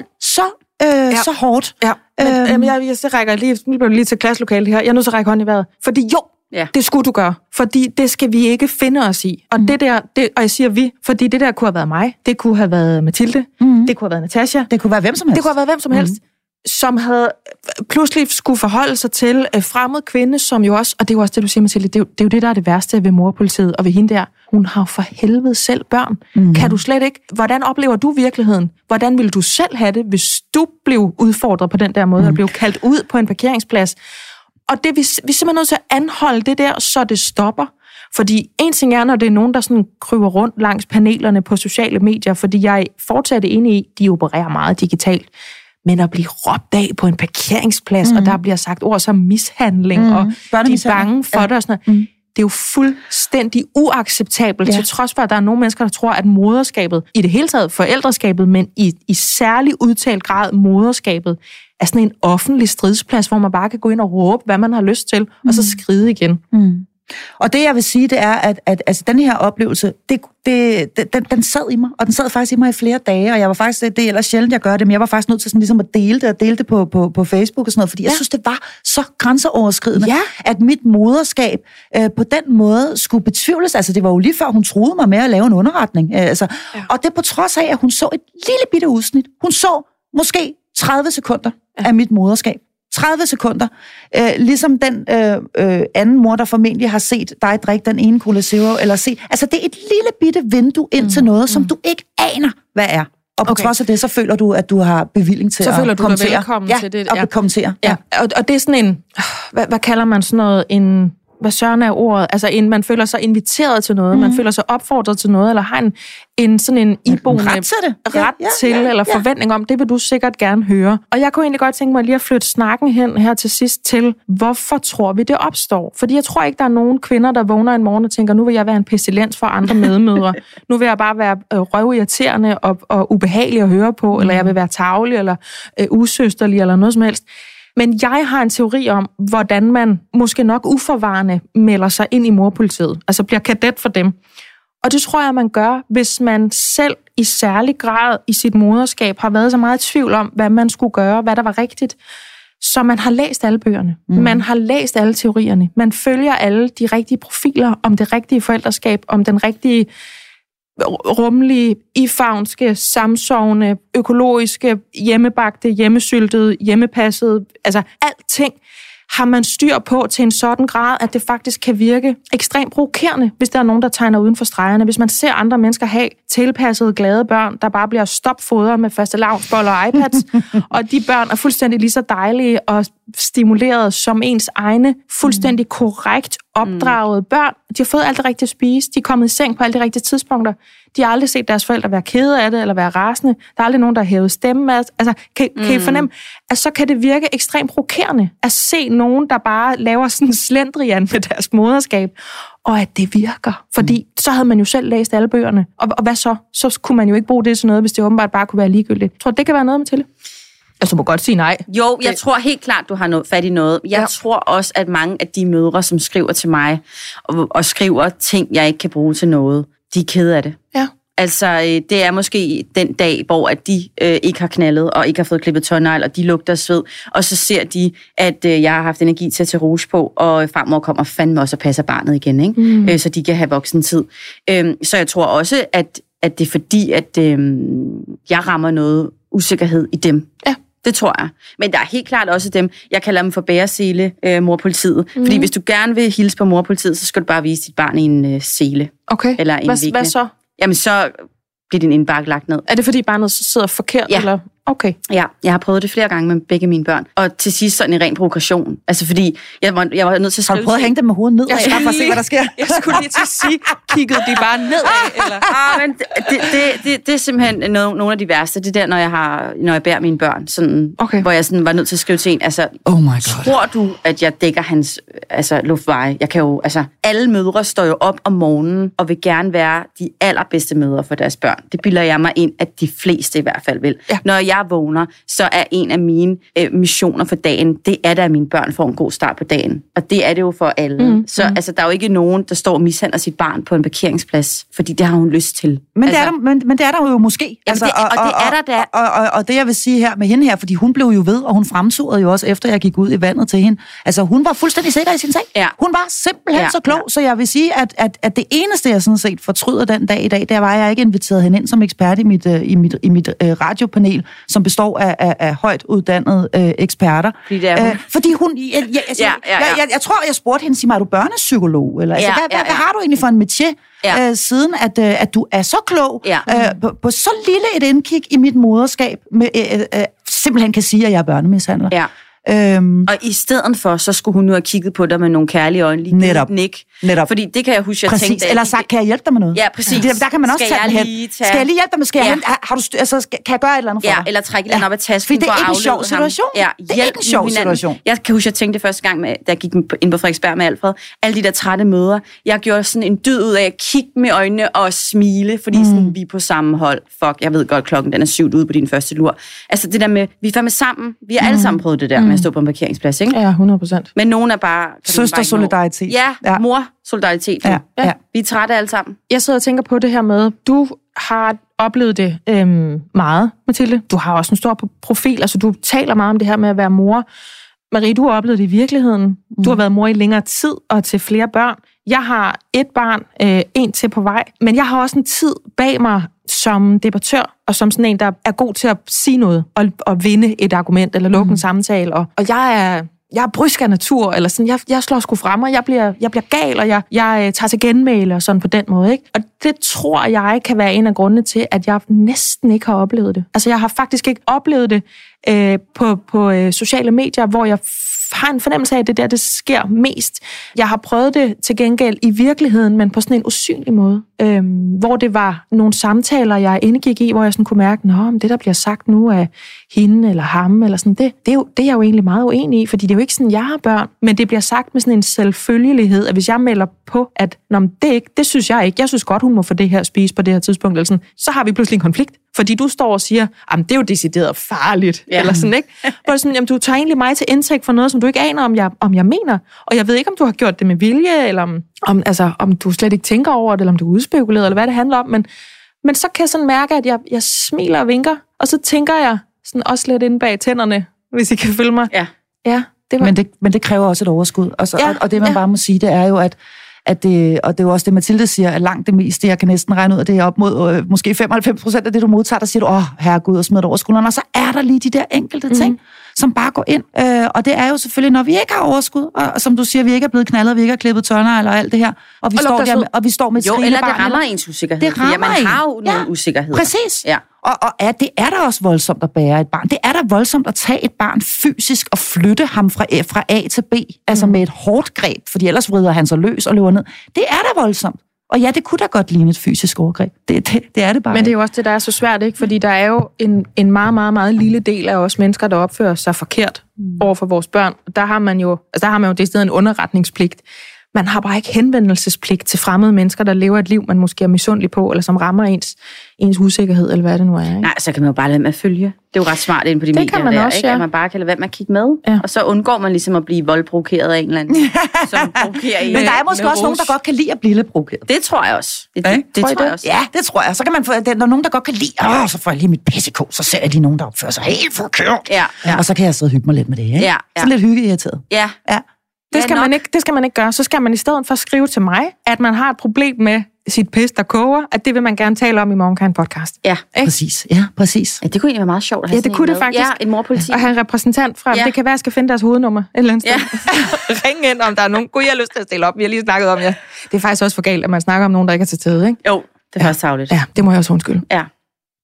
så hårdt. Ja, men jeg rækker lige til klasselokalet her. Jeg er nødt til at række hånden i vejret. Fordi det skulle du gøre. Fordi det skal vi ikke finde os i. Og og jeg siger vi, fordi det der kunne have været mig. Det kunne have været Mathilde. Det kunne have været Natasha. Det kunne være hvem som helst. Det kunne have været hvem som helst. Som havde pludselig skulle forholde sig til fremmed kvinde, som jo også, og det er jo også det, du siger, Mathilde, det er jo det, der er det værste ved morpolitiet og ved hende der. Hun har for helvede selv børn. Kan du slet ikke? Hvordan oplever du virkeligheden? Hvordan ville du selv have det, hvis du blev udfordret på den der måde, og blev kaldt ud på en parkeringsplads? Og det, vi er simpelthen nødt til at anholde det der, så det stopper. Fordi en ting er, når det er nogen, der sådan kryber rundt langs panelerne på sociale medier, fordi jeg fortsat er inde i, de opererer meget digitalt. Men at blive råbt af på en parkeringsplads, og der bliver sagt ord som mishandling, og de er bange for det og sådan noget. Det er jo fuldstændig uacceptabelt, til trods for, at der er nogle mennesker, der tror, at moderskabet, i det hele taget forældreskabet, men i særlig udtalt grad moderskabet, er sådan en offentlig stridsplads, hvor man bare kan gå ind og råbe, hvad man har lyst til, og så skride igen. Og det, jeg vil sige, det er, at altså, den her oplevelse, den sad i mig, og den sad faktisk i mig i flere dage, og jeg var faktisk, det er ellers sjældent, jeg gør det, men jeg var faktisk nødt til sådan ligesom at dele det på Facebook og sådan noget, fordi jeg synes, det var så grænseoverskridende, at mit moderskab på den måde skulle betvivles. Altså, det var jo lige før, hun troede mig med at lave en underretning. Og det på trods af, at hun så et lille bitte udsnit. Hun så måske 30 sekunder af mit moderskab. 30 sekunder. Ligesom den anden mor, der formentlig har set dig drikke den ene Cola Zero, eller set. Altså, det er et lille bitte vindue ind til noget, som du ikke aner, hvad er. Og på trods af det, så føler du, at du har bevilling til at kommentere. Så føler du dig velkommen til det. Og kommentere. Ja. Og det er sådan en, hvad kalder man sådan noget, hvad søren er ordet? Altså, man føler sig inviteret til noget, man føler sig opfordret til noget, eller har en sådan en iboende ret til, eller forventning om, det vil du sikkert gerne høre. Og jeg kunne egentlig godt tænke mig lige at flytte snakken hen her til sidst til, hvorfor tror vi, det opstår? Fordi jeg tror ikke, der er nogen kvinder, der vågner en morgen og tænker, nu vil jeg være en pestilens for andre medmødre. Nu vil jeg bare være røvirriterende og ubehagelig at høre på, eller jeg vil være tarvelig, eller usøsterlig, eller noget som helst. Men jeg har en teori om, hvordan man måske nok uforvarende melder sig ind i morpolitiet, altså bliver kadet for dem. Og det tror jeg, man gør, hvis man selv i særlig grad i sit moderskab har været så meget i tvivl om, hvad man skulle gøre, hvad der var rigtigt. Så man har læst alle bøgerne. Man har læst alle teorierne. Man følger alle de rigtige profiler om det rigtige forældreskab, om den rigtige rummelige, ifavnske, samsovende, økologiske, hjemmebagte, hjemmesyltede, hjemmepassede, altså alting har man styr på til en sådan grad, at det faktisk kan virke ekstremt provokerende, hvis der er nogen, der tegner uden for stregerne. Hvis man ser andre mennesker have tilpassede, glade børn, der bare bliver stopfodret med fastelavnsboller og iPads, og de børn er fuldstændig lige så dejlige og stimuleret som ens egne, fuldstændig korrekt opdragede børn. De har fået alt det rigtige at spise, de er kommet i seng på alle de rigtige tidspunkter, de har aldrig set deres forældre være kede af det, eller være rasende. Der er aldrig nogen, der har hævet stemmen. Altså, kan I fornemme, at så kan det virke ekstremt provokerende at se nogen, der bare laver sådan en slendrian med deres moderskab, og at det virker. Fordi så havde man jo selv læst alle bøgerne. Og hvad så? Så kunne man jo ikke bruge det til noget, hvis det åbenbart bare kunne være ligegyldigt. Jeg tror, det kan være noget med til det. Altså, du må godt sige nej. Jo, jeg tror helt klart, du har fat i noget. Jeg tror også, at mange af de mødre, som skriver til mig, og skriver ting, jeg ikke kan bruge til noget, de er kede af det. Ja. Altså, det er måske den dag, hvor at de ikke har knaldet, og ikke har fået klippet tårnegl, og de lugter sved, og så ser de, at jeg har haft energi til at tage rouge på, og farmor kommer fandme også og passer barnet igen, ikke? Så de kan have voksentid. Så jeg tror også, at det er fordi, at jeg rammer noget usikkerhed i dem. Ja. Det tror jeg. Men der er helt klart også dem, jeg kalder dem for bæresele, morpolitiet. Fordi hvis du gerne vil hilse på morpolitiet, så skal du bare vise dit barn i en sele. Okay. Eller en hvad så? Jamen, så bliver din indbakke lagt ned. Er det fordi barnet sidder forkert? Ja. Eller? Okay. Ja, jeg har prøvet det flere gange med begge mine børn. Og til sidst sådan en ren provokation. Altså fordi, jeg var nødt til at skrive... Har du prøvet at hænge dem med hovedet nedad? Jeg skulle for at se, hvad der sker? Jeg skulle lige til at sige, kiggede de bare nedad? Eller? Men det er simpelthen nogle af de værste. Det er der, når jeg bærer mine børn. Sådan, Okay. Hvor jeg sådan var nødt til at skrive til en. Altså, Oh my God. tror du, at jeg dækker hans luftveje? Jeg kan jo... Altså, alle mødre står jo op om morgenen og vil gerne være de allerbedste mødre for deres børn. Det bilder jeg mig ind, at de fleste i hvert fald vil. Ja. Når jeg vågner, så er en af mine missioner for dagen, det er, at mine børn får en god start på dagen. Og det er det jo for alle. Så altså, der er jo ikke nogen, der står og mishandler sit barn på en parkeringsplads, fordi det har hun lyst til. Men, altså, det er der jo måske. Jamen, det er der da. Og det, jeg vil sige her med hende her, fordi hun blev jo ved, og hun fremturede jo også, efter jeg gik ud i vandet til hende. Altså, hun var fuldstændig sikker i sin sag. Ja. Hun var simpelthen så klog, så jeg vil sige, at det eneste, jeg sådan set fortryder den dag i dag, der var, at jeg ikke inviteret hende ind som ekspert i mit radiopanel, som består af højt uddannede eksperter. Fordi det er hun. Fordi hun... Jeg tror, jeg spurgte hende, sig mig, er du børnepsykolog? Eller, altså, hvad har du egentlig for en métier, siden at du er så klog på så lille et indkig i mit moderskab, med, simpelthen kan sige, at jeg er børnemishandler? Ja. Og i stedet for, så skulle hun nu have kigget på dig med nogle kærlige øjne, lige Netop. Netop. Fordi det kan jeg huske, jeg tænkte... Eller sagt, kan jeg hjælpe dig med noget? Ja, præcis. Der kan man også tage den hen. Skal jeg lige hjælpe dig med, kan jeg gøre et eller andet for dig? Eller trække et eller andet op af tasken. Fordi det er ikke en sjov situation. Ja, det er ikke en sjov situation. Jeg kan huske, jeg tænkte det første gang, da jeg gik ind på Frederiksberg med Alfred. Alle de der trætte møder. Jeg gjorde sådan en dyd ud af at kigge med øjnene og smile, fordi sådan, vi er på samme hold. Fuck, jeg ved godt, klokken den er 7 ude på din første lur. Altså det der med, vi er fandme sammen. Vi har alle sammen prøvet det der med at stå på en parkeringsplads, ikke? Ja, 100%. Men nogen er bare... Søstersolidaritet. Ja, mor-solidaritet. Ja. Vi er trætte alle sammen. Jeg sidder og tænker på det her med, du har oplevet det meget, Mathilde. Du har også en stor profil, altså du taler meget om det her med at være mor. Marie, du har oplevet det i virkeligheden. Du har været mor i længere tid og til flere børn. Jeg har et barn, en til på vej, men jeg har også en tid bag mig som debattør, og som sådan en, der er god til at sige noget, og vinde et argument, eller lukke en samtale. Og jeg er brysk af natur, eller sådan, jeg slår sgu frem, og jeg bliver gal, og jeg tager til genmæle, og sådan på den måde, ikke? Og det tror jeg kan være en af grundene til, at jeg næsten ikke har oplevet det. Altså, jeg har faktisk ikke oplevet det på sociale medier, hvor jeg har en fornemmelse af, at det der, det sker mest. Jeg har prøvet det til gengæld i virkeligheden, men på sådan en usynlig måde. Hvor det var nogle samtaler, jeg indgik i, hvor jeg sådan kunne mærke, at det, der bliver sagt nu af hende eller ham, eller sådan, det er jeg jo egentlig meget uenig i, fordi det er jo ikke sådan, jeg har børn, men det bliver sagt med sådan en selvfølgelighed, at hvis jeg melder på, at det synes jeg ikke, jeg synes godt, hun må få det her spise på det her tidspunkt, eller sådan, så har vi pludselig en konflikt. Fordi du står og siger, det er jo decideret farligt, eller sådan, ikke? Hvor det sådan, jamen, du tager egentlig mig til indtægt for noget, som du ikke aner, om jeg mener. Og jeg ved ikke, om du har gjort det med vilje, eller om du slet ikke tænker over det, eller om du er udspekuleret, eller hvad det handler om. Men så kan jeg sådan mærke, at jeg smiler og vinker, og så tænker jeg sådan også lidt inde bag tænderne, hvis I kan følge mig. Ja, det var... Men det kræver også et overskud. Og det, man bare må sige, det er jo, at det, og det er jo også det, Mathilde siger, at langt det meste, jeg kan næsten regne ud, at det er op mod måske 95% af det, du modtager, der siger du, herregud, og smider det over skulderen, og så er der lige de der enkelte ting, som bare går ind. Og det er jo selvfølgelig, når vi ikke har overskud, og som du siger, vi ikke er blevet knaldet, vi ikke har klippet tørner eller alt det her, og vi står med et skrigende barn. Eller det rammer ens usikkerhed. Det rammer man har jo nogle usikkerheder. Præcis. Ja. Og det er da også voldsomt at bære et barn. Det er da voldsomt at tage et barn fysisk og flytte ham fra A til B, altså med et hårdt greb, fordi ellers vrider han sig løs og løber ned. Det er da voldsomt. Og ja, det kunne da godt ligne et fysisk overgreb. Det er det bare. Men det er jo også det, der er så svært, ikke? Fordi der er jo en meget, meget, meget lille del af os mennesker, der opfører sig forkert over for vores børn. Der har man jo det sted en underretningspligt. Man har bare ikke henvendelsespligt til fremmede mennesker, der lever et liv, man måske er misundelig på, eller som rammer ens usikkerhed, eller hvad det nu er. Ikke? Nej, så kan man jo bare lade med at følge. Det er jo ret smart inde på de medier kan man der, også, ikke? At man bare kan lade være med at kigge med, og så undgår man ligesom at blive voldprovokeret af en eller anden, som provokerer en. Men der er måske også nogen, der godt kan lide at blive lidt provokeret. Det tror jeg også. Det tror jeg også. Ja, det tror jeg. Så kan man få, der er nogen, der godt kan lide, så får jeg lige mit pissekå, så ser jeg lige nogen, der opfører sig helt forkert. Ja. Og så kan jeg sidde og hygge mig lidt med det, ikke? Ja. Så lidt hyggeirriteret. Ja. Det skal man ikke gøre. Så skal man i stedet for skrive til mig, at man har et problem med sit pis, der koger, at det vil man gerne tale om i Morgenkagen podcast. Ja, præcis. Ja, præcis. Ja, det kunne egentlig være meget sjovt at have det kunne det faktisk. Ja, en morpolitik. Og have en repræsentant frem. Ja. Det kan være, at jeg skal finde deres hovednummer et eller andet sted. Ring ind, om der er nogen. Gud, jeg har lyst til at stille op. Vi har lige snakket om, Det er faktisk også for galt, at man snakker om nogen, der ikke er til stede, ikke? Jo, det er faktisk tarveligt. Ja, det må jeg også undskylde. Ja.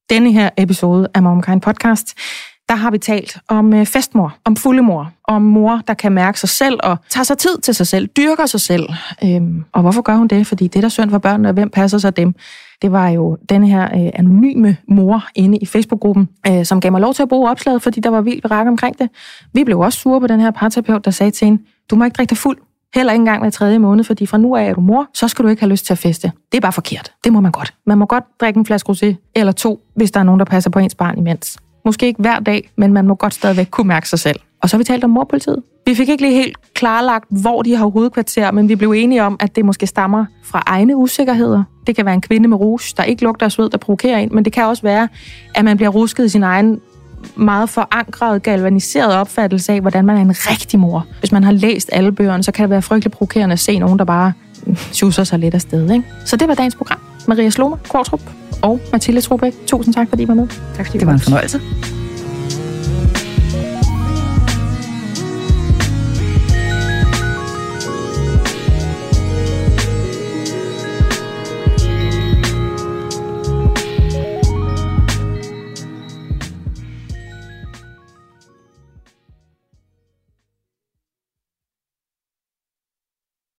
Denne her episode af MomKind Podcast, der har vi talt om festmor, om fuldemor, om mor, der kan mærke sig selv og tager sig tid til sig selv, dyrker sig selv. Og hvorfor gør hun det? Fordi det er da synd for børnene, og hvem passer sig dem? Det var jo denne her anonyme mor inde i Facebook-gruppen, som gav mig lov til at bruge opslaget, fordi der var vildt beræk omkring det. Vi blev også sure på den her parterapeut, der sagde til hende, du må ikke drikke dig fuld. Heller ikke engang hver 3. måned, fordi fra nu af er du mor, så skal du ikke have lyst til at feste. Det er bare forkert. Det må man godt. Man må godt drikke en flaske rosé eller 2, hvis der er nogen, der passer på ens barn imens. Måske ikke hver dag, men man må godt stadigvæk kunne mærke sig selv. Og så har vi talt om morpolitiet. Vi fik ikke lige helt klarlagt, hvor de har hovedkvarter, men vi blev enige om, at det måske stammer fra egne usikkerheder. Det kan være en kvinde med rouge, der ikke lugter af sved, der provokerer en, men det kan også være, at man bliver rusket i sin egen meget forankret, galvaniseret opfattelse af, hvordan man er en rigtig mor. Hvis man har læst alle bøgerne, så kan det være frygtelig provokerende at se nogen, der bare schusser sig lidt afsted. Ikke? Så det var dagens program. Maria Sloma, Kvartrup og Mathilde Trubæk. Tusind tak, fordi I var med. Tak, fordi det var en fornøjelse.